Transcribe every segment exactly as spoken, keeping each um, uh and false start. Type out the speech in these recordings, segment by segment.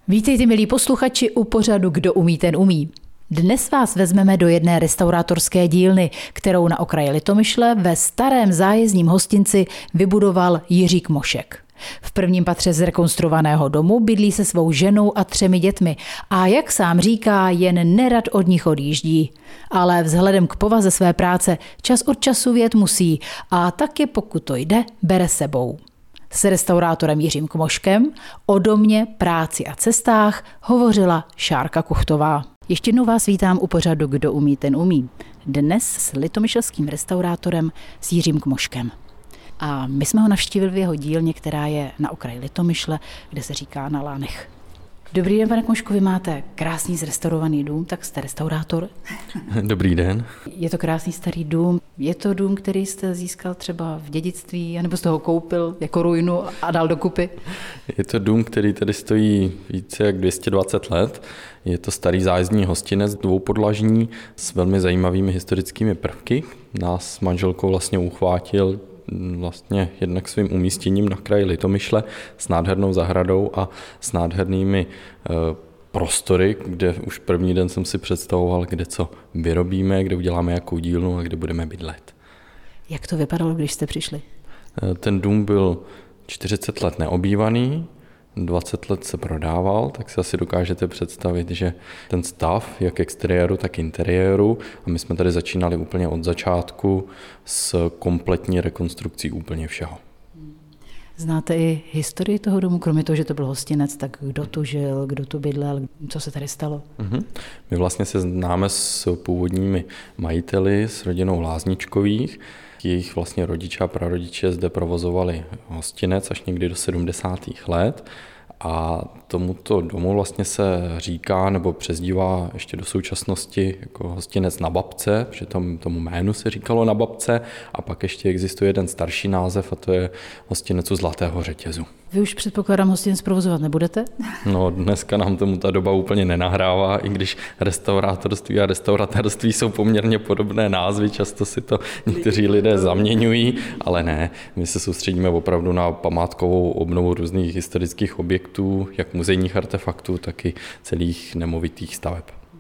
Vítejte, milí posluchači, u pořadu Kdo umí, ten umí. Dnes vás vezmeme do jedné restaurátorské dílny, kterou na okraji Litomyšle ve starém zájezdním hostinci vybudoval Jiří Kmošek. V prvním patře zrekonstruovaného domu bydlí se svou ženou a třemi dětmi a jak sám říká, jen nerad od nich odjíždí. Ale vzhledem k povaze své práce čas od času vyjet musí a taky pokud to jde, bere sebou. S restaurátorem Jiřím Kmoškem o domě, práci a cestách hovořila Šárka Kuchtová. Ještě jednou vás vítám u pořadu Kdo umí, ten umí. Dnes s litomyšlským restaurátorem s Jiřím Kmoškem. A my jsme ho navštívili v jeho dílně, která je na okraji Litomyšle, kde se říká Na Lánech. Dobrý den, pane Kmošku, vy máte krásný zrestaurovaný dům, tak jste restaurátor. Dobrý den. Je to krásný starý dům. Je to dům, který jste získal třeba v dědictví, anebo jste ho koupil jako ruinu a dal dokupy? Je to dům, který tady stojí více jak dvě stě dvacet let. Je to starý zájezdní hostinec dvoupodlažní s velmi zajímavými historickými prvky. Nás s manželkou vlastně uchvátil vlastně jednak svým umístěním na kraji Litomyšle s nádhernou zahradou a s nádhernými e, prostory, kde už první den jsem si představoval, kde co vyrobíme, kde uděláme jakou dílnu a kde budeme bydlet. Jak to vypadalo, když jste přišli? E, ten dům byl čtyřicet let neobývaný, dvacet let se prodával, tak si asi dokážete představit, že ten stav, jak exteriéru, tak interiéru, a my jsme tady začínali úplně od začátku s kompletní rekonstrukcí úplně všeho. Znáte i historii toho domu, kromě toho, že to byl hostinec, tak kdo tu žil, kdo tu bydlel, co se tady stalo? Mm-hmm. My vlastně se známe s původními majiteli, s rodinou Lázničkových. Jejich vlastně rodiče a prarodiče zde provozovali hostinec až někdy do sedmdesátých let. A tomuto domu vlastně se říká nebo přezdívá ještě do současnosti jako hostinec Na Babce, protože tomu, tomu jménu se říkalo Na Babce, a pak ještě existuje jeden starší název a to je hostinec u Zlatého řetězu. Vy už předpokládám hostinec provozovat nebudete? No dneska nám tomu ta doba úplně nenahrává, i když restaurátorství a restauratérství jsou poměrně podobné názvy, často si to někteří lidé zaměňují, ale ne, my se soustředíme opravdu na památkovou obnovu různých historických objektů, jak muzejních artefaktů, tak i celých nemovitých staveb.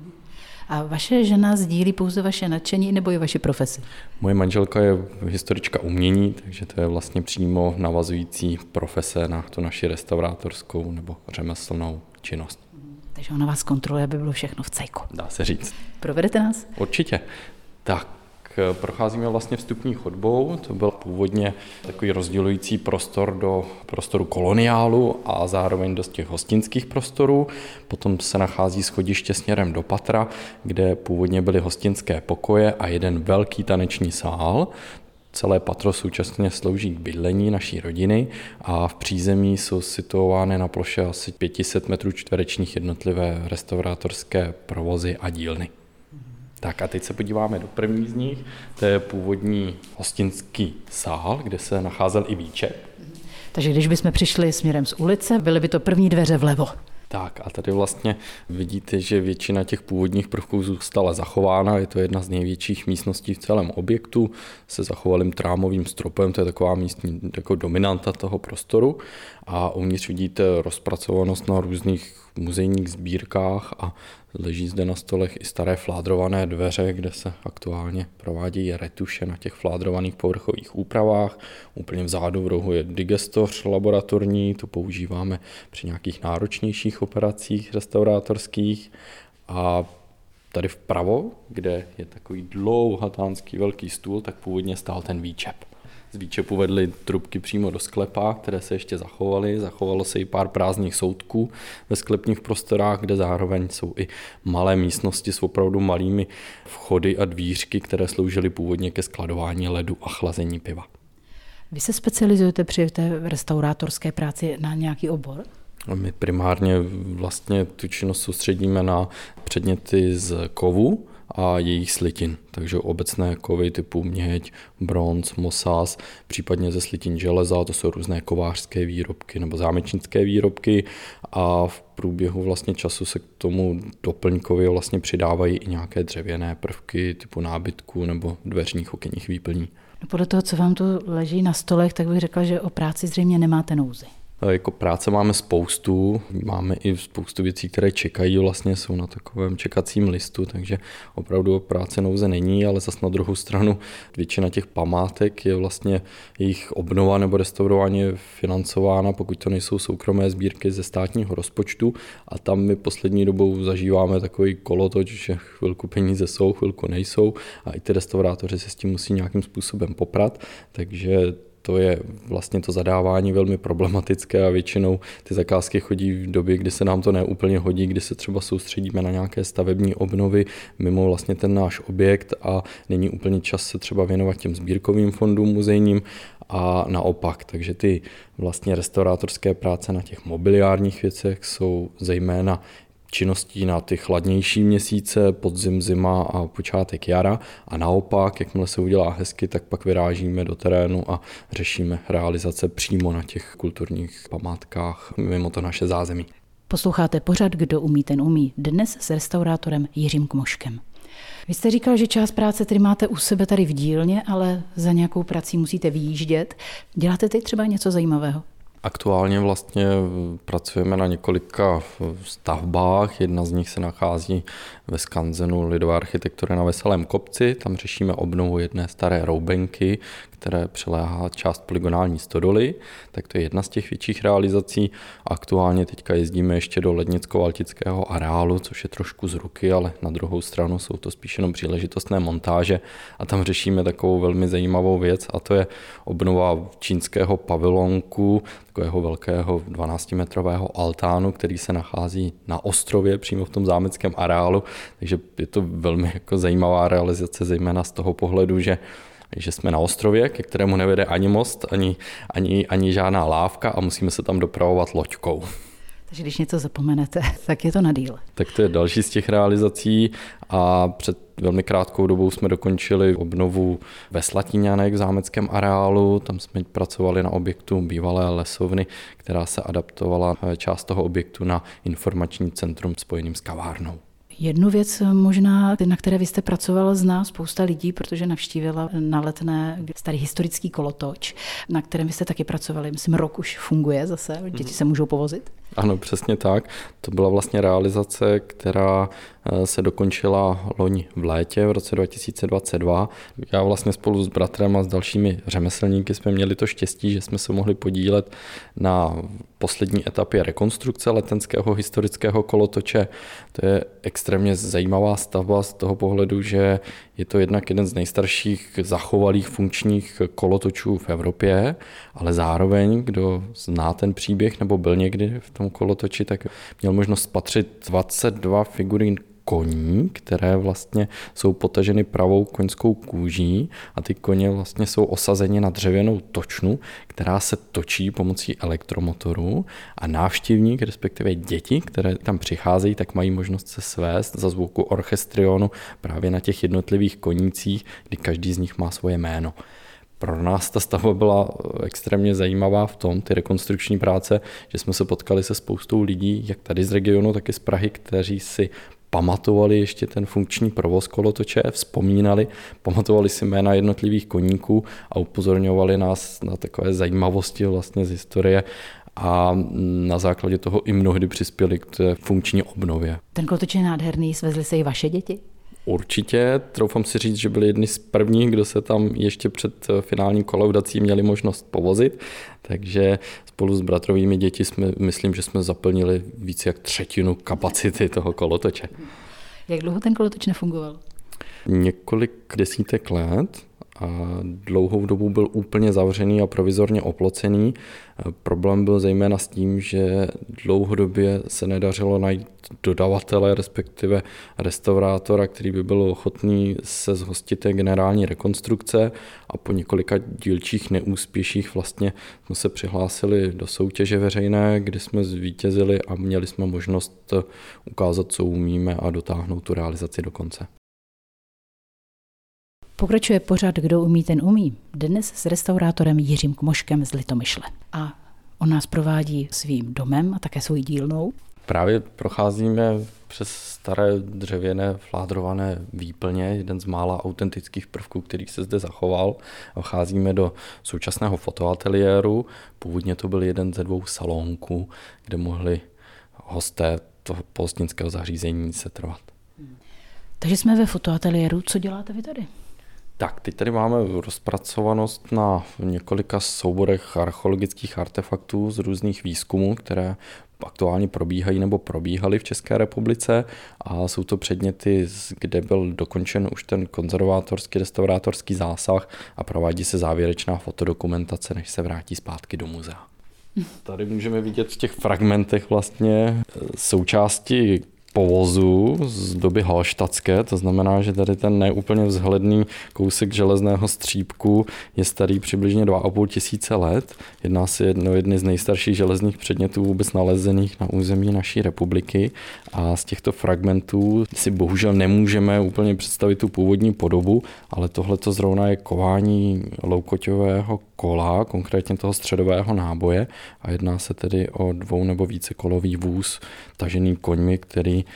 A vaše žena sdílí pouze vaše nadšení nebo i vaše profesi? Moje manželka je historička umění, takže to je vlastně přímo navazující profese na tu naši restaurátorskou nebo řemeslnou činnost. Takže ona vás kontroluje, aby bylo všechno v cejku. Dá se říct. Provedete nás? Určitě. Tak. Procházíme vlastně vstupní chodbou, to byl původně takový rozdělující prostor do prostoru koloniálu a zároveň do těch hostinských prostorů. Potom se nachází schodiště směrem do patra, kde původně byly hostinské pokoje a jeden velký taneční sál. Celé patro současně slouží k bydlení naší rodiny a v přízemí jsou situovány na ploše asi pět set metrů čtverečních jednotlivé restaurátorské provozy a dílny. Tak a teď se podíváme do první z nich, to je původní hostinský sál, kde se nacházel i výčep. Takže když bychom přišli směrem z ulice, byly by to první dveře vlevo. Tak a tady vlastně vidíte, že většina těch původních prvků zůstala zachována, je to jedna z největších místností v celém objektu se zachovalým trámovým stropem, to je taková místní jako dominanta toho prostoru a uvnitř vidíte rozpracovanost na různých muzejních sbírkách a leží zde na stolech i staré fládrované dveře, kde se aktuálně provádějí retuše na těch fládrovaných povrchových úpravách. Úplně vzadu v rohu je digestoř laboratorní, to používáme při nějakých náročnějších operacích restaurátorských. A tady vpravo, kde je takový dlouhatánský velký stůl, tak původně stál ten výčep. Z výčepu vedly trubky přímo do sklepa, které se ještě zachovaly. Zachovalo se i pár prázdných soutků ve sklepních prostorách, kde zároveň jsou i malé místnosti s opravdu malými vchody a dvířky, které sloužily původně ke skladování ledu a chlazení piva. Vy se specializujete při té restaurátorské práci na nějaký obor? My primárně vlastně tu činnost soustředíme na předměty z kovu a jejich slitin. Takže obecné kovy typu měď, bronz, mosaz, případně ze slitin železa, to jsou různé kovářské výrobky nebo zámečnické výrobky a v průběhu vlastně času se k tomu doplňkově vlastně přidávají i nějaké dřevěné prvky typu nábytku nebo dveřních okenních výplní. No podle toho, co vám tu leží na stolech, tak bych řekla, že o práci zřejmě nemáte nouzy. Jako práce máme spoustu, máme i spoustu věcí, které čekají, vlastně jsou na takovém čekacím listu, takže opravdu práce nouze není, ale zas na druhou stranu většina těch památek je vlastně jejich obnova nebo restaurování financována, pokud to nejsou soukromé sbírky ze státního rozpočtu, a tam my poslední dobou zažíváme takový kolotoč, že chvilku peníze jsou, chvilku nejsou a i ty restaurátoři se s tím musí nějakým způsobem poprat, takže to je vlastně to zadávání velmi problematické a většinou ty zakázky chodí v době, kdy se nám to neúplně hodí, kdy se třeba soustředíme na nějaké stavební obnovy mimo vlastně ten náš objekt a není úplně čas se třeba věnovat těm sbírkovým fondům muzejním a naopak. Takže ty vlastně restaurátorské práce na těch mobiliárních věcech jsou zejména činností na ty chladnější měsíce, podzim, zima a počátek jara, a naopak, jakmile se udělá hezky, tak pak vyrážíme do terénu a řešíme realizace přímo na těch kulturních památkách mimo to naše zázemí. Posloucháte pořad Kdo umí, ten umí. Dnes s restaurátorem Jiřím Kmoškem. Vy jste říkal, že část práce tedy máte u sebe tady v dílně, ale za nějakou prací musíte vyjíždět. Děláte teď třeba něco zajímavého? Aktuálně vlastně pracujeme na několika stavbách, jedna z nich se nachází ve skanzenu lidové architektury na Veselém kopci, tam řešíme obnovu jedné staré roubenky, které přiléhá část polygonální stodoly, tak to je jedna z těch větších realizací. Aktuálně teďka jezdíme ještě do Lednicko-Valtického areálu, což je trošku z ruky, ale na druhou stranu jsou to spíš jenom příležitostné montáže a tam řešíme takovou velmi zajímavou věc, a to je obnova čínského pavilonku, takového velkého dvanáctimetrového altánu, který se nachází na ostrově přímo v tom zámeckém areálu, takže je to velmi jako zajímavá realizace, zejména z toho pohledu, že že jsme na ostrově, ke kterému nevede ani most, ani, ani, ani žádná lávka a musíme se tam dopravovat loďkou. Takže když něco zapomenete, tak je to na díl. Tak to je další z těch realizací a před velmi krátkou dobou jsme dokončili obnovu ve Slatíňanech v zámeckém areálu. Tam jsme pracovali na objektu bývalé lesovny, která se adaptovala část toho objektu na informační centrum spojeným s kavárnou. Jednu věc možná, na které vy jste pracovala, zná spousta lidí, protože navštívila na Letné starý historický kolotoč, na kterém vy jste taky pracovali. Myslím, rok už funguje zase, děti se můžou povozit. Ano, přesně tak. To byla vlastně realizace, která se dokončila loni v létě v roce dva tisíce dvacet dva. Já vlastně spolu s bratrem a s dalšími řemeslníky jsme měli to štěstí, že jsme se mohli podílet na poslední etapě rekonstrukce letenského historického kolotoče. To je extrémně zajímavá stavba z toho pohledu, že je to jednak jeden z nejstarších zachovalých funkčních kolotočů v Evropě, ale zároveň, kdo zná ten příběh nebo byl někdy v tom kolotoči, tak měl možnost spatřit dvacet dva figurín koní, které vlastně jsou potaženy pravou koňskou kůží a ty koně vlastně jsou osazeni na dřevěnou točnu, která se točí pomocí elektromotoru a návštěvník, respektive děti, které tam přicházejí, tak mají možnost se svést za zvuku orchestrionu právě na těch jednotlivých konících, kdy každý z nich má svoje jméno. Pro nás ta stavba byla extrémně zajímavá v tom, ty rekonstrukční práce, že jsme se potkali se spoustou lidí, jak tady z regionu, tak i z Prahy, kteří si pamatovali ještě ten funkční provoz kolotoče, vzpomínali, pamatovali si jména jednotlivých koníků a upozorňovali nás na takové zajímavosti vlastně z historie a na základě toho i mnohdy přispěli k té funkční obnově. Ten kolotoč je nádherný, svezli se i vaše děti? Určitě, troufám si říct, že byli jedni z prvních, kdo se tam ještě před finální kolaudací měli možnost povozit, takže spolu s bratrovými děti jsme, myslím, že jsme zaplnili více jak třetinu kapacity toho kolotoče. Jak dlouho ten kolotoč nefungoval? Několik desítek let. A dlouhou dobu byl úplně zavřený a provizorně oplocený. Problém byl zejména s tím, že dlouhodobě se nedařilo najít dodavatele, respektive restaurátora, který by byl ochotný se zhostit té generální rekonstrukce, a po několika dílčích neúspěších vlastně jsme se přihlásili do soutěže veřejné, kde jsme zvítězili a měli jsme možnost ukázat, co umíme a dotáhnout tu realizaci do konce. Pokračuje pořad Kdo umí, ten umí. Dnes s restaurátorem Jiřím Kmoškem z Litomyšle. A on nás provádí svým domem a také svojí dílnou. Právě procházíme přes staré dřevěné fládrované výplně, jeden z mála autentických prvků, který se zde zachoval. Vcházíme do současného fotoateliéru. Původně to byl jeden ze dvou salónků, kde mohli hosté toho pohostinského zařízení setrvat. Takže jsme ve fotoateliéru. Co děláte vy tady? Tak, teď tady máme rozpracovanost na několika souborech archeologických artefaktů z různých výzkumů, které aktuálně probíhají nebo probíhaly v České republice a jsou to předměty, kde byl dokončen už ten konzervátorský, restaurátorský zásah a provádí se závěrečná fotodokumentace, než se vrátí zpátky do muzea. Tady můžeme vidět v těch fragmentech vlastně součásti povozu z doby halštatské, to znamená, že tady ten neúplně vzhledný kousek železného střípku je starý přibližně dva a půl tisíce let. Jedná se jedno jedny z nejstarších železných předmětů vůbec nalezených na území naší republiky a z těchto fragmentů si bohužel nemůžeme úplně představit tu původní podobu, ale tohle to zrovna je kování loukoťového kola, konkrétně toho středového náboje a jedná se tedy o dvou nebo více kolový vůz tažený koňmi, který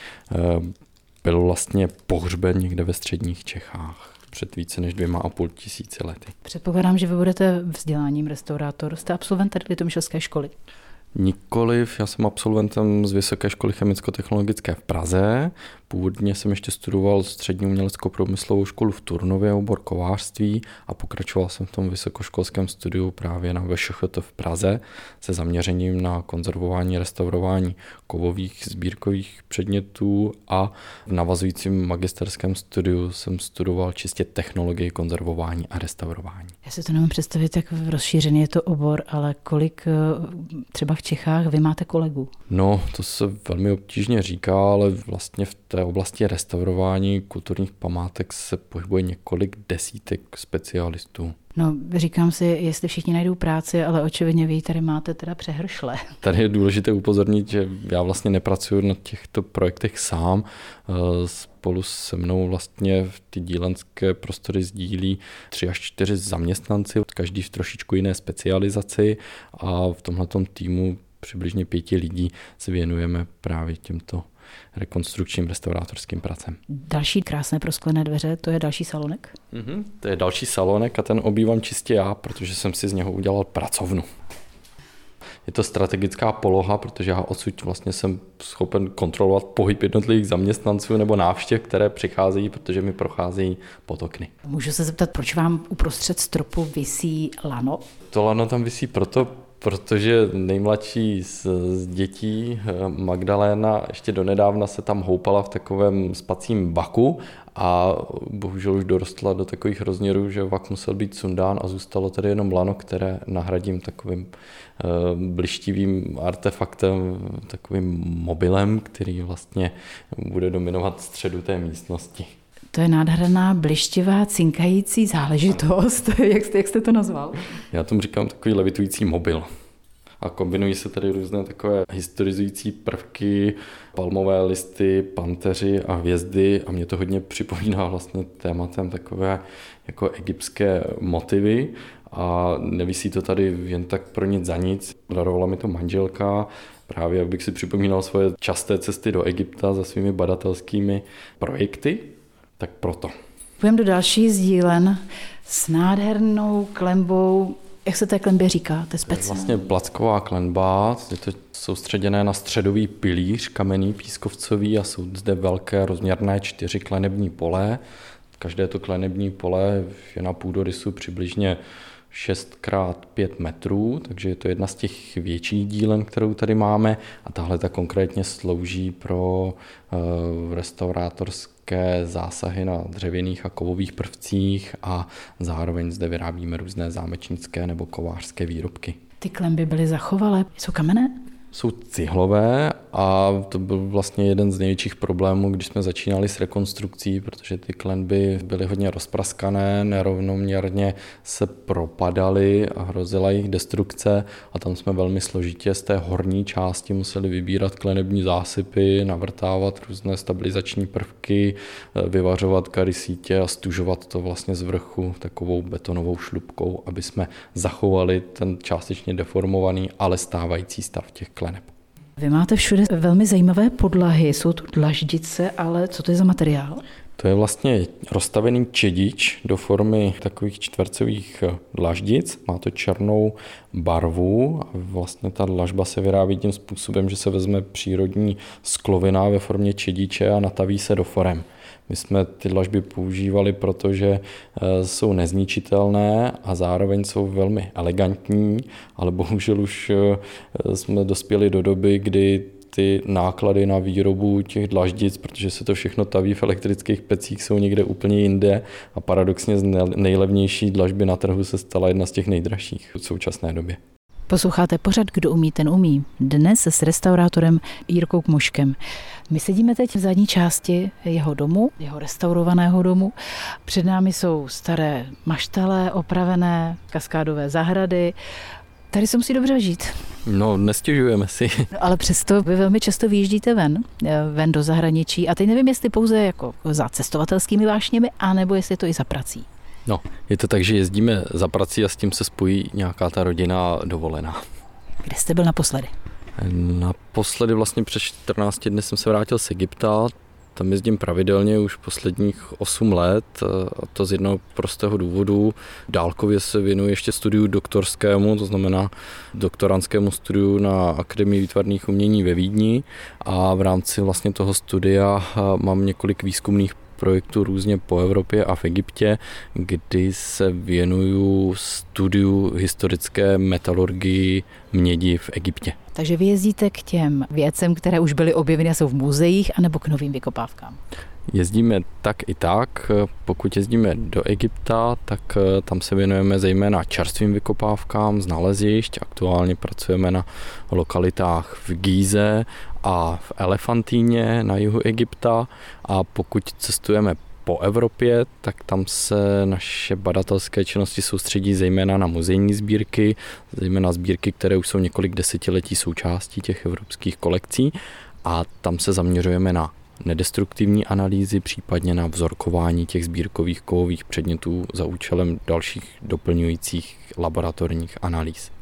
byl vlastně pohřben někde ve středních Čechách před více než dvěma a půl tisíci lety. Předpokládám, že vy budete vzděláním restaurátor. Jste absolvent tady Litomyšlské školy? Nikoliv, já jsem absolventem z Vysoké školy chemicko-technologické v Praze. Původně jsem ještě studoval střední umělecko-průmyslovou školu v Turnově, obor kovářství a pokračoval jsem v tom vysokoškolském studiu právě na V Š Ch T v Praze se zaměřením na konzervování, restaurování kovových sbírkových předmětů a v navazujícím magisterském studiu jsem studoval čistě technologii konzervování a restaurování. Já si to nemůžu představit, jak rozšířený je to obor, ale kolik třeba v Čechách vy máte kolegů? No, to se velmi obtížně říká, ale vlastně v té oblasti restaurování kulturních památek se pohybuje několik desítek specialistů. No, říkám si, jestli všichni najdou práci, ale očividně vy tady máte teda přehršle. Tady je důležité upozornit, že já vlastně nepracuji na těchto projektech sám. Spolu se mnou vlastně v ty dílenské prostory sdílí tři až čtyři zaměstnanci, každý v trošičku jiné specializaci a v tomhletom týmu přibližně pěti lidí se věnujeme právě těmto rekonstrukčním restaurátorským pracem. Další krásné prosklené dveře, to je další salonek? Mm-hmm, to je další salonek a ten obývám čistě já, protože jsem si z něho udělal pracovnu. Je to strategická poloha, protože já odsud vlastně jsem schopen kontrolovat pohyb jednotlivých zaměstnanců nebo návštěv, které přicházejí, protože mi procházejí pod okny. Můžu se zeptat, proč vám uprostřed stropu visí lano? To lano tam visí proto, protože nejmladší z, z dětí, Magdaléna, ještě donedávna se tam houpala v takovém spacím vaku a bohužel už dorostla do takových rozměrů, že vak musel být sundán a zůstalo tady jenom lano, které nahradím takovým uh, blištivým artefaktem, takovým mobilem, který vlastně bude dominovat středu té místnosti. To je nádherná, blištivá, cinkající záležitost. jak, jste, jak jste to nazval? Já tomu říkám takový levitující mobil. A kombinují se tady různé takové historizující prvky, palmové listy, panteři a hvězdy a mě to hodně připomíná vlastně tématem takové jako egyptské motivy a nevisí to tady jen tak pro nic za nic. Darovala mi to manželka, právě abych si připomínal svoje časté cesty do Egypta za svými badatelskými projekty. Tak proto. Půjdeme do další z dílen s nádhernou klenbou. Jak se té klenbě říká? To je speciální. Vlastně placková klenba, je to soustředěné na středový pilíř, kamenný pískovcový a jsou zde velké rozměrné čtyři klenební pole. Každé to klenební pole je na půdorysu přibližně šest krát pět metrů, takže je to jedna z těch větších dílen, kterou tady máme a tahle ta konkrétně slouží pro uh, restaurátorské zásahy na dřevěných a kovových prvcích a zároveň zde vyrábíme různé zámečnické nebo kovářské výrobky. Ty klenby byly zachovalé, jsou kamenné? Jsou cihlové a to byl vlastně jeden z největších problémů, když jsme začínali s rekonstrukcí, protože ty klenby byly hodně rozpraskané, nerovnoměrně se propadaly a hrozila jich destrukce a tam jsme velmi složitě z té horní části museli vybírat klenební zásypy, navrtávat různé stabilizační prvky, vyvařovat kary sítě a stužovat to vlastně z vrchu takovou betonovou šlupkou, aby jsme zachovali ten částečně deformovaný, ale stávající stav těch kleneb. Vy máte všude velmi zajímavé podlahy, jsou to dlaždice, ale co to je za materiál? To je vlastně rozstavený čedič do formy takových čtvercových dlaždic. Má to černou barvu a vlastně ta dlažba se vyrábí tím způsobem, že se vezme přírodní sklovina ve formě čediče a nataví se do forem. My jsme ty dlažby používali, protože jsou nezničitelné a zároveň jsou velmi elegantní, ale bohužel už jsme dospěli do doby, kdy ty náklady na výrobu těch dlaždic, protože se to všechno taví v elektrických pecích, jsou někde úplně jinde a paradoxně z nejlevnější dlažby na trhu se stala jedna z těch nejdražších v současné době. Posloucháte pořad Kdo umí, ten umí. Dnes s restaurátorem Jirkou Kmoškem. My sedíme teď v zadní části jeho domu, jeho restaurovaného domu. Před námi jsou staré maštale, opravené kaskádové zahrady. Tady se musí dobře žít. No, nestěžujeme si. No, ale přesto vy velmi často vyjíždíte ven, ven do zahraničí. A teď nevím, jestli pouze jako za cestovatelskými vášněmi, anebo jestli je to i za prací. No, je to tak, že jezdíme za prací a s tím se spojí nějaká ta rodina dovolená. Kde jste byl naposledy? Naposledy vlastně před čtrnácti dny jsem se vrátil z Egypta. Tam jezdím pravidelně už posledních osm let, a to z jednoho prostého důvodu. Dálkově se věnuji ještě studiu doktorskému, to znamená doktorantskému studiu na Akademii výtvarných umění ve Vídni a v rámci vlastně toho studia mám několik výzkumných projektů různě po Evropě a v Egyptě, kdy se věnuju studiu historické metalurgii mědi v Egyptě. Takže vy jezdíte k těm věcem, které už byly objeveny a jsou v muzeích, anebo k novým vykopávkám? Jezdíme tak i tak. Pokud jezdíme do Egypta, tak tam se věnujeme zejména čerstvým vykopávkám z nalezišť. Aktuálně pracujeme na lokalitách v Gíze a v Elefantíně na jihu Egypta. A pokud cestujeme po Evropě, tak tam se naše badatelské činnosti soustředí zejména na muzejní sbírky, zejména sbírky, které už jsou několik desetiletí součástí těch evropských kolekcí. A tam se zaměřujeme na nedestruktivní analýzy, případně na vzorkování těch sbírkových kovových předmětů za účelem dalších doplňujících laboratorních analýz.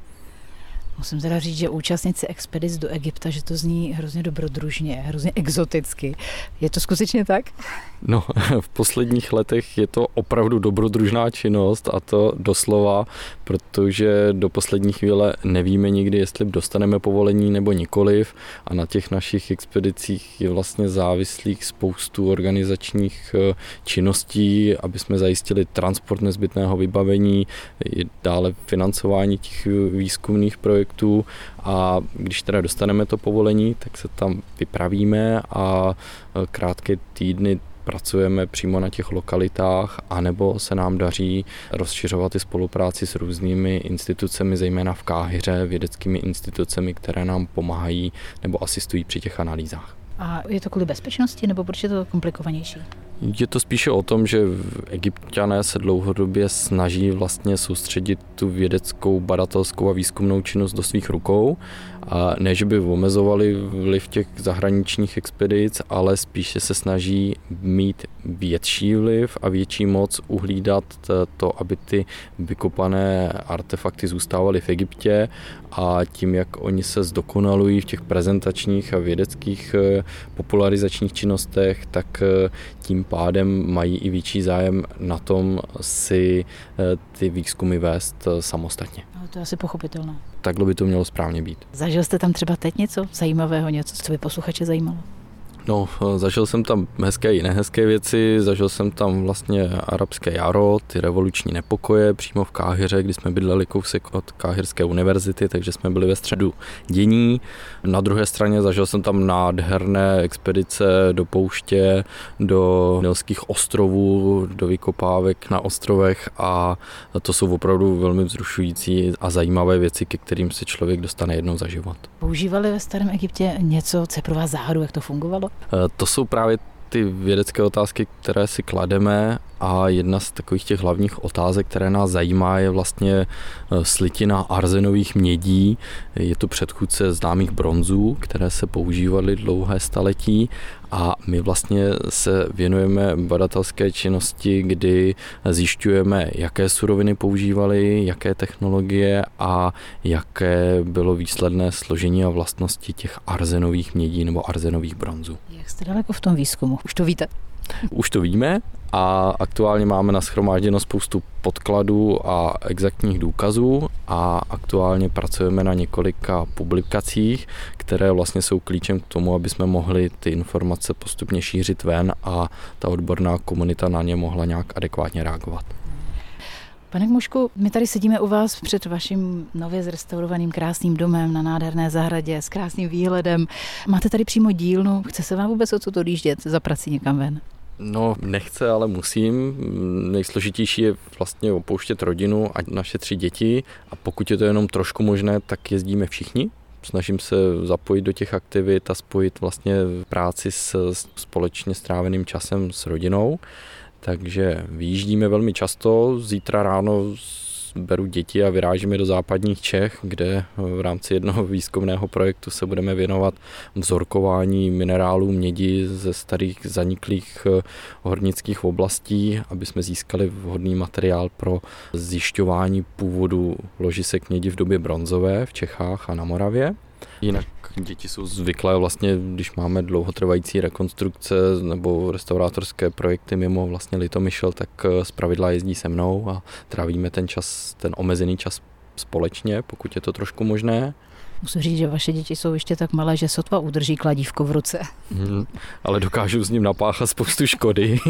Musím teda říct, že účastníci expedic do Egypta, že to zní hrozně dobrodružně, hrozně exoticky. Je to skutečně tak? No, v posledních letech je to opravdu dobrodružná činnost a to doslova, protože do poslední chvíle nevíme nikdy, jestli dostaneme povolení nebo nikoliv a na těch našich expedicích je vlastně závislých spoustu organizačních činností, aby jsme zajistili transport nezbytného vybavení, dále financování těch výzkumných projektů a když teda dostaneme to povolení, tak se tam vypravíme a krátké týdny pracujeme přímo na těch lokalitách, anebo se nám daří rozšiřovat i spolupráci s různými institucemi, zejména v Káhiře, vědeckými institucemi, které nám pomáhají nebo asistují při těch analýzách. A je to kvůli bezpečnosti, nebo proč je to komplikovanější? Je to spíše o tom, že Egypťané se dlouhodobě snaží vlastně soustředit tu vědeckou, badatelskou a výzkumnou činnost do svých rukou. A ne, že by omezovali vliv těch zahraničních expedic, ale spíše se snaží mít větší vliv a větší moc uhlídat to, aby ty vykopané artefakty zůstávaly v Egyptě a tím, jak oni se zdokonalují v těch prezentačních a vědeckých popularizačních činnostech, tak tím pádem mají i větší zájem na tom si ty výzkumy vést samostatně. No, to je asi pochopitelné. Takhle by to mělo správně být. Zažil jste tam třeba teď něco zajímavého, něco, co by posluchače zajímalo? No, zažil jsem tam hezké i nehezké věci, zažil jsem tam vlastně arabské jaro, ty revoluční nepokoje přímo v Káhiře, kdy jsme bydleli kousek od Káhirské univerzity, takže jsme byli ve středu dění. Na druhé straně zažil jsem tam nádherné expedice do pouště, do Nilských ostrovů, do vykopávek na ostrovech a to jsou opravdu velmi vzrušující a zajímavé věci, ke kterým se člověk dostane jednou za život. Používali ve starém Egyptě něco, co je pro vás záhadu, jak to fungovalo? To jsou právě ty vědecké otázky, které si klademe a jedna z takových těch hlavních otázek, které nás zajímá, je vlastně slitina arzenových mědí. Je to předchůdce známých bronzů, které se používaly dlouhé staletí a my vlastně se věnujeme badatelské činnosti, kdy zjišťujeme, jaké suroviny používali, jaké technologie a jaké bylo výsledné složení a vlastnosti těch arzenových mědí nebo arzenových bronzů. Jak jste daleko v tom výzkumu? Už to víte? Už to víme a aktuálně máme nashromážděno spoustu podkladů a exaktních důkazů a aktuálně pracujeme na několika publikacích, které vlastně jsou klíčem k tomu, aby jsme mohli ty informace postupně šířit ven a ta odborná komunita na ně mohla nějak adekvátně reagovat. Pane Kmošku, my tady sedíme u vás před vaším nově zrestaurovaným krásným domem na nádherné zahradě s krásným výhledem. Máte tady přímo dílnu, chce se vám vůbec odsud odjíždět za prací někam ven? No, nechce, ale musím. Nejsložitější je vlastně opouštět rodinu a naše tři děti a pokud je to jenom trošku možné, tak jezdíme všichni. Snažím se zapojit do těch aktivit a spojit vlastně práci s společně stráveným časem s rodinou. Takže vyjíždíme velmi často. Zítra ráno beru děti a vyrážíme do západních Čech, kde v rámci jednoho výzkumného projektu se budeme věnovat vzorkování minerálů mědi ze starých zaniklých hornických oblastí, aby jsme získali vhodný materiál pro zjišťování původu ložisek mědi v době bronzové v Čechách a na Moravě. Jinak děti jsou zvyklé vlastně, když máme dlouhotrvající rekonstrukce nebo restaurátorské projekty mimo vlastně Litomyšl, tak zpravidla jezdí se mnou a trávíme ten čas, ten omezený čas společně, pokud je to trošku možné. Musím říct, že vaše děti jsou ještě tak malé, že sotva udrží kladívko v ruce. Hmm, ale dokážu s ním napáchat spoustu škody.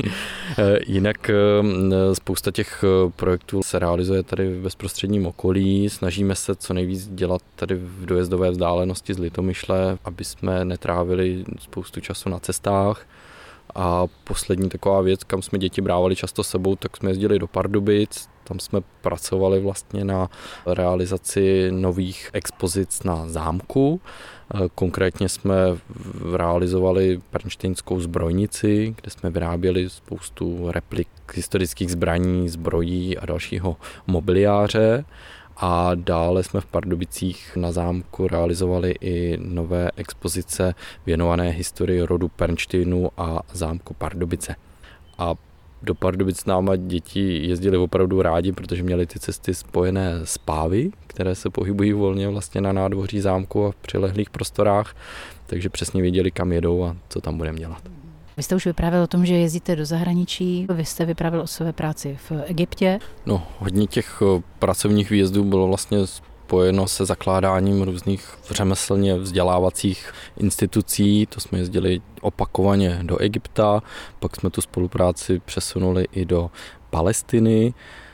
Jinak spousta těch projektů se realizuje tady v bezprostředním okolí. Snažíme se co nejvíc dělat tady v dojezdové vzdálenosti z Litomyšle, aby jsme netrávili spoustu času na cestách. A poslední taková věc, kam jsme děti brávali často sebou, tak jsme jezdili do Pardubic. Tam jsme pracovali vlastně na realizaci nových expozic na zámku. Konkrétně jsme realizovali pernštejnskou zbrojnici, kde jsme vyráběli spoustu replik historických zbraní, zbrojí a dalšího mobiliáře. A dále jsme v Pardubicích na zámku realizovali i nové expozice věnované historii rodu Pernštejnů a zámku Pardubice. A do Pardubic s náma děti jezdili opravdu rádi, protože měli ty cesty spojené s pávy, které se pohybují volně vlastně na nádvoří zámku a v přilehlých prostorách, takže přesně věděli, kam jedou a co tam budeme dělat. Vy jste už vyprávěl o tom, že jezdíte do zahraničí, vy jste vyprávěl o své práci v Egyptě. No, hodně těch pracovních výjezdů bylo vlastně spojeno se zakládáním různých řemeslně vzdělávacích institucí. To jsme jezdili opakovaně do Egypta, pak jsme tu spolupráci přesunuli i do Palestiny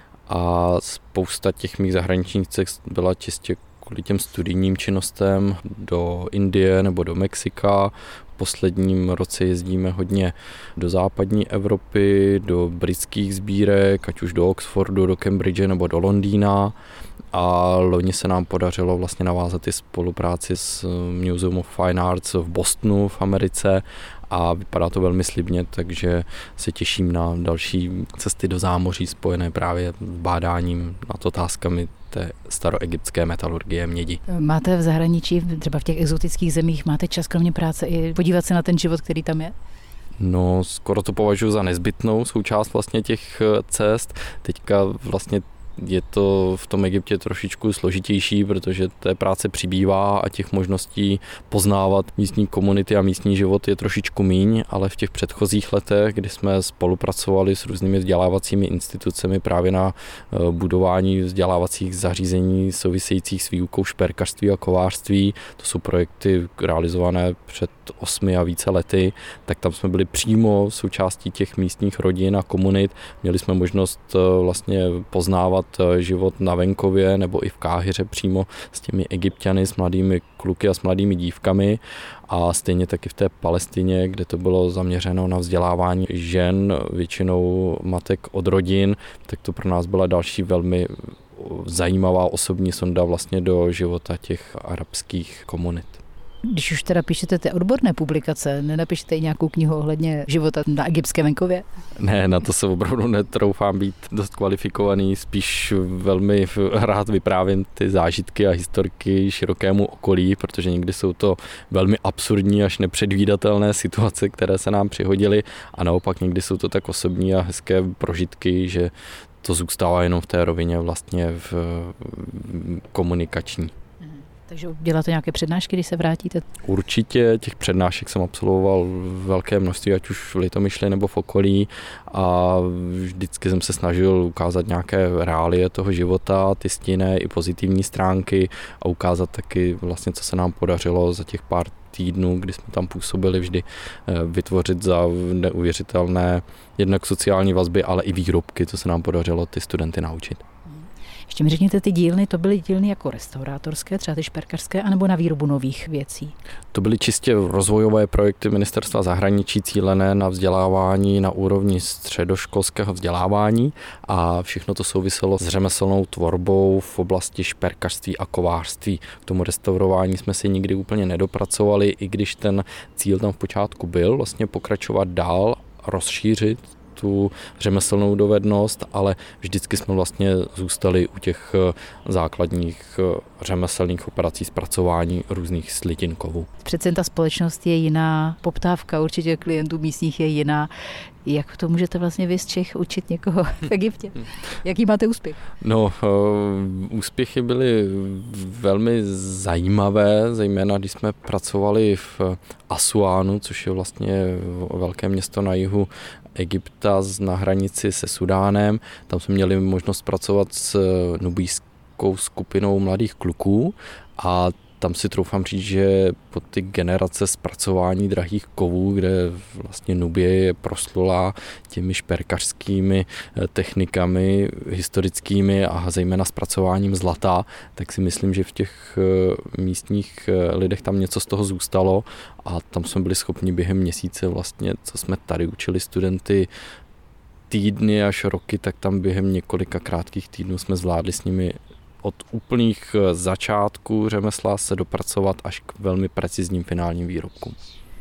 a spousta těch mých zahraničních cest byla čistě kvůli těm studijním činnostem do Indie nebo do Mexika. V posledním roce jezdíme hodně do západní Evropy, do britských sbírek, ať už do Oxfordu, do Cambridge nebo do Londýna. A loni se nám podařilo vlastně navázat i spolupráci s Museum of Fine Arts v Bostonu v Americe a vypadá to velmi slibně, takže se těším na další cesty do zámoří spojené právě s bádáním nad otázkami té staroegyptské metalurgie mědi. Máte v zahraničí, třeba v těch exotických zemích, máte čas kromě práce i podívat se na ten život, který tam je? No, skoro to považuji za nezbytnou součást vlastně těch cest. Teďka vlastně je to v tom Egyptě trošičku složitější, protože té práce přibývá a těch možností poznávat místní komunity a místní život je trošičku míň, ale v těch předchozích letech, kdy jsme spolupracovali s různými vzdělávacími institucemi právě na budování vzdělávacích zařízení souvisejících s výukou šperkařství a kovářství, to jsou projekty realizované před osmi a více lety, tak tam jsme byli přímo součástí těch místních rodin a komunit. Měli jsme možnost vlastně poznávat život na venkově nebo i v Káhiře přímo s těmi Egypťany, s mladými kluky a s mladými dívkami a stejně taky v té Palestině, kde to bylo zaměřeno na vzdělávání žen, většinou matek od rodin, tak to pro nás byla další velmi zajímavá osobní sonda vlastně do života těch arabských komunit. Když už teda píšete ty odborné publikace, nenapíšete i nějakou knihu ohledně života na egyptském venkově? Ne, na to se opravdu netroufám být dost kvalifikovaný, spíš velmi rád vyprávím ty zážitky a historky širokému okolí, protože někdy jsou to velmi absurdní až nepředvídatelné situace, které se nám přihodily a naopak někdy jsou to tak osobní a hezké prožitky, že to zůstává jenom v té rovině vlastně v komunikační. Takže děláte nějaké přednášky, když se vrátíte? Určitě, těch přednášek jsem absolvoval velké množství, ať už v Litomyšli nebo v okolí a vždycky jsem se snažil ukázat nějaké reálie toho života, ty stinné i pozitivní stránky a ukázat taky vlastně, co se nám podařilo za těch pár týdnů, kdy jsme tam působili, vždy vytvořit za neuvěřitelné jednak sociální vazby, ale i výrobky, co se nám podařilo ty studenty naučit. Ještě mi řekněte, ty dílny, to byly dílny jako restaurátorské, třeba ty šperkařské, anebo na výrobu nových věcí? To byly čistě rozvojové projekty Ministerstva zahraničí cílené na vzdělávání na úrovni středoškolského vzdělávání a všechno to souviselo s řemeslnou tvorbou v oblasti šperkařství a kovářství. K tomu restaurování jsme si nikdy úplně nedopracovali, i když ten cíl tam v počátku byl vlastně pokračovat dál, rozšířit tu řemeslnou dovednost, ale vždycky jsme vlastně zůstali u těch základních řemeslných operací zpracování různých slitin kovů. Přece ta společnost je jiná, poptávka určitě klientů místních je jiná. Jak to můžete vlastně vy z Čech učit někoho v Egyptě? Jaký máte úspěch? No, úspěchy byly velmi zajímavé, zejména když jsme pracovali v Asuánu, což je vlastně velké město na jihu Egypta na hranici se Sudánem. Tam jsme měli možnost pracovat s nubijskou skupinou mladých kluků a tam si troufám říct, že po ty generace zpracování drahých kovů, kde vlastně Nubie je proslulá těmi šperkařskými technikami historickými a zejména zpracováním zlata, tak si myslím, že v těch místních lidech tam něco z toho zůstalo a tam jsme byli schopni během měsíce vlastně, co jsme tady učili studenty týdny až roky, tak tam během několika krátkých týdnů jsme zvládli s nimi od úplných začátků řemesla se dopracovat až k velmi precizním finálním výrobkům.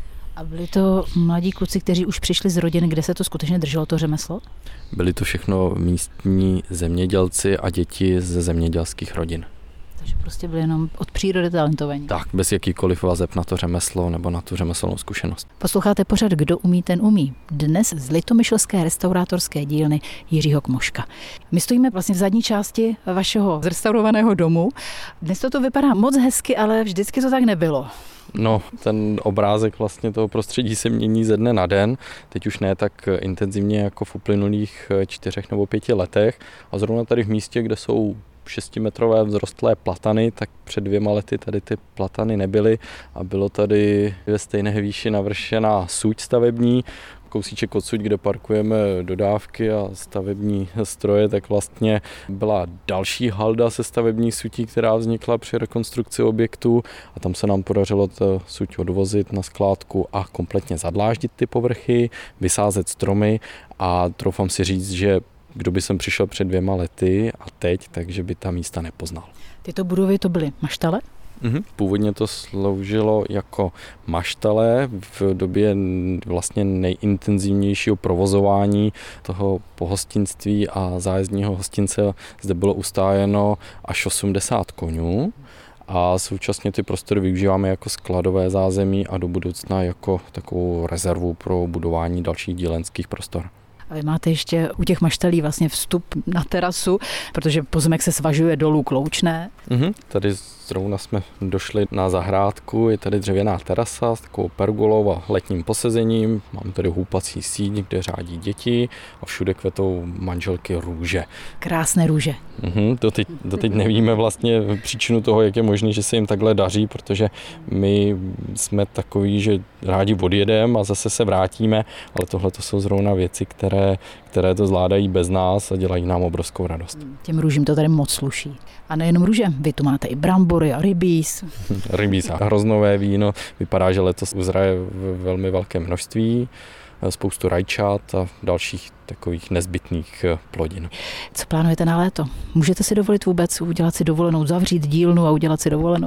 A byli to mladí kluci, kteří už přišli z rodin, kde se to skutečně drželo, to řemeslo? Byli to všechno místní zemědělci a děti ze zemědělských rodin. Takže prostě byli jenom od přírody talentovaní. Tak, bez jakýkoliv vazeb na to řemeslo nebo na tu řemeslnou zkušenost. Posloucháte pořad Kdo umí, ten umí. Dnes z litomyšlské restaurátorské dílny Jiřího Kmoška. My stojíme vlastně v zadní části vašeho zrestaurovaného domu. Dnes to vypadá moc hezky, ale vždycky to tak nebylo. No, ten obrázek vlastně toho prostředí se mění ze dne na den, teď už ne tak intenzivně jako v uplynulých čtyřech nebo pěti letech a zrovna tady v místě, kde jsou šestimetrové vzrostlé platany, tak před dvěma lety tady ty platany nebyly a bylo tady ve stejné výši navršená suť stavební, kousíček odsud, kde parkujeme dodávky a stavební stroje, tak vlastně byla další halda se stavební sutí, která vznikla při rekonstrukci objektu a tam se nám podařilo to suť odvozit na skládku a kompletně zadláždit ty povrchy, vysázet stromy a troufám si říct, že kdo by sem přišel před dvěma lety a teď, takže by ta místa nepoznal. Tyto budovy to byly maštale? Mhm. Původně to sloužilo jako maštale v době vlastně nejintenzivnějšího provozování toho pohostinství a zájezdního hostince. Zde bylo ustájeno až osmdesát koňů a současně ty prostory využíváme jako skladové zázemí a do budoucna jako takovou rezervu pro budování dalších dílenských prostor. A vy máte ještě u těch maštalí vlastně vstup na terasu, protože pozemek se svažuje dolů k Loučné. Mm-hmm. Tady zrovna jsme došli na zahrádku, je tady dřevěná terasa s takovou pergolou a letním posezením. Mám tady houpací síň, kde řádí děti a všude kvetou manželky růže. Krásné růže. Mm-hmm. Doteď, doteď nevíme vlastně příčinu toho, jak je možné, že se jim takhle daří, protože my jsme takový, že rádi odjedeme a zase se vrátíme, ale tohle to jsou zrovna věci, které, které to zvládají bez nás a dělají nám obrovskou radost. Těm růžím to tady moc sluší. A nejenom růže, vy tu máte i brambory a rybíz. Rybíz a hroznové víno. Vypadá, že letos uzraje v velmi velkém množství, spoustu rajčat a dalších takových nezbytných plodin. Co plánujete na léto? Můžete si dovolit vůbec udělat si dovolenou, zavřít dílnu a udělat si dovolenou?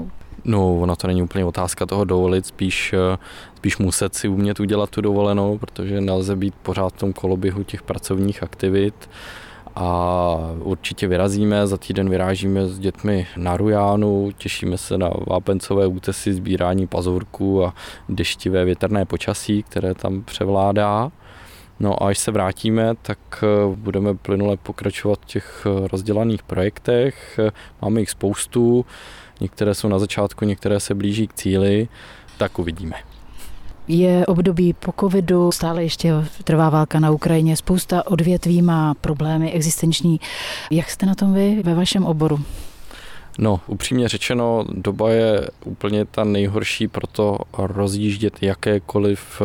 No, ona to není úplně otázka toho dovolit, spíš, spíš muset si umět udělat tu dovolenou, protože nelze být pořád v tom koloběhu těch pracovních aktivit. A určitě vyrazíme, za týden vyrážíme s dětmi na Rujánu, těšíme se na vápencové útesy, sbírání pazurků a deštivé větrné počasí, které tam převládá. No a až se vrátíme, tak budeme plynule pokračovat v těch rozdělaných projektech. Máme jich spoustu, některé jsou na začátku, některé se blíží k cíli, tak uvidíme. Je období po covidu, stále ještě trvá válka na Ukrajině, spousta odvětví má problémy existenční. Jak jste na tom vy ve vašem oboru? No, upřímně řečeno, doba je úplně ta nejhorší pro to rozjíždět jakékoliv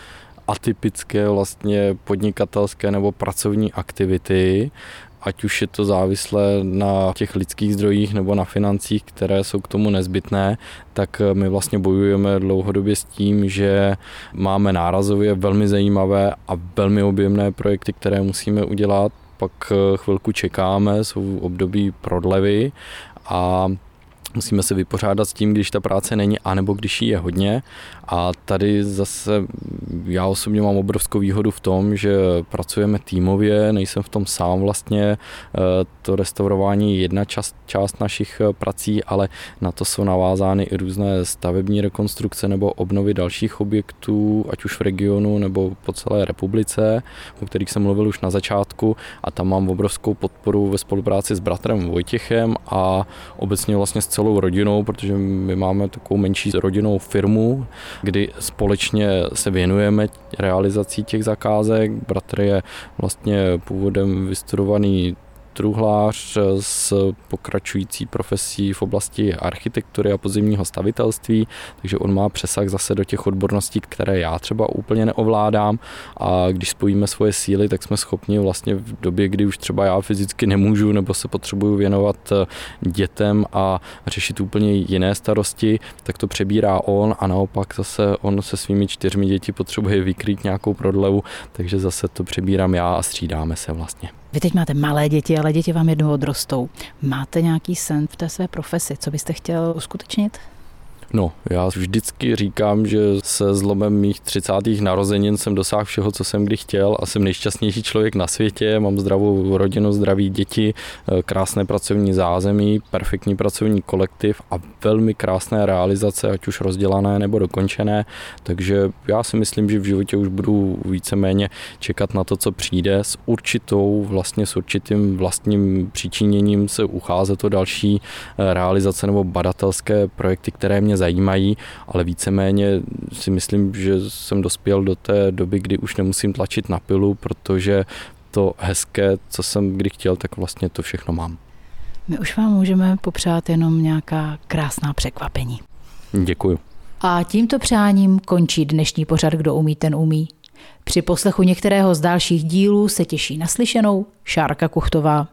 atypické vlastně podnikatelské nebo pracovní aktivity, ať už je to závislé na těch lidských zdrojích nebo na financích, které jsou k tomu nezbytné, tak my vlastně bojujeme dlouhodobě s tím, že máme nárazově velmi zajímavé a velmi objemné projekty, které musíme udělat, pak chvilku čekáme, jsou období prodlevy a musíme se vypořádat s tím, když ta práce není, anebo když jí je hodně. A tady zase já osobně mám obrovskou výhodu v tom, že pracujeme týmově, nejsem v tom sám vlastně. To restaurování je jedna část, část našich prací, ale na to jsou navázány i různé stavební rekonstrukce nebo obnovy dalších objektů, ať už v regionu nebo po celé republice, o kterých jsem mluvil už na začátku. A tam mám obrovskou podporu ve spolupráci s bratrem Vojtěchem a obecně vlastně s celou rodinou, protože my máme takovou menší rodinnou firmu, kdy společně se věnujeme realizací těch zakázek. Bratr je vlastně původem vystudovaný truhlář s pokračující profesí v oblasti architektury a pozemního stavitelství, takže on má přesah zase do těch odborností, které já třeba úplně neovládám, a když spojíme svoje síly, tak jsme schopni vlastně v době, kdy už třeba já fyzicky nemůžu nebo se potřebuju věnovat dětem a řešit úplně jiné starosti, tak to přebírá on a naopak zase on se svými čtyřmi děti potřebuje vykrýt nějakou prodlevu, takže zase to přebírám já a střídáme se vlastně. Vy teď máte malé děti, ale děti vám jednou odrostou. Máte nějaký sen v té své profesi? Co byste chtěl uskutečnit? No, já vždycky říkám, že se zlomem mých třicátých narozenin jsem dosáhl všeho, co jsem kdy chtěl, a jsem nejšťastnější člověk na světě, mám zdravou rodinu, zdraví děti, krásné pracovní zázemí, perfektní pracovní kolektiv a velmi krásné realizace, ať už rozdělané nebo dokončené, takže já si myslím, že v životě už budu víceméně čekat na to, co přijde, s určitou, vlastně s určitým vlastním přičiněním se ucházet o další realizace nebo badatelské projekty, které mě zajímají, ale víceméně si myslím, že jsem dospěl do té doby, kdy už nemusím tlačit na pilu, protože to hezké, co jsem kdy chtěl, tak vlastně to všechno mám. My už vám můžeme popřát jenom nějaká krásná překvapení. Děkuju. A tímto přáním končí dnešní pořad Kdo umí, ten umí. Při poslechu některého z dalších dílů se těší naslyšenou Šárka Kuchtová.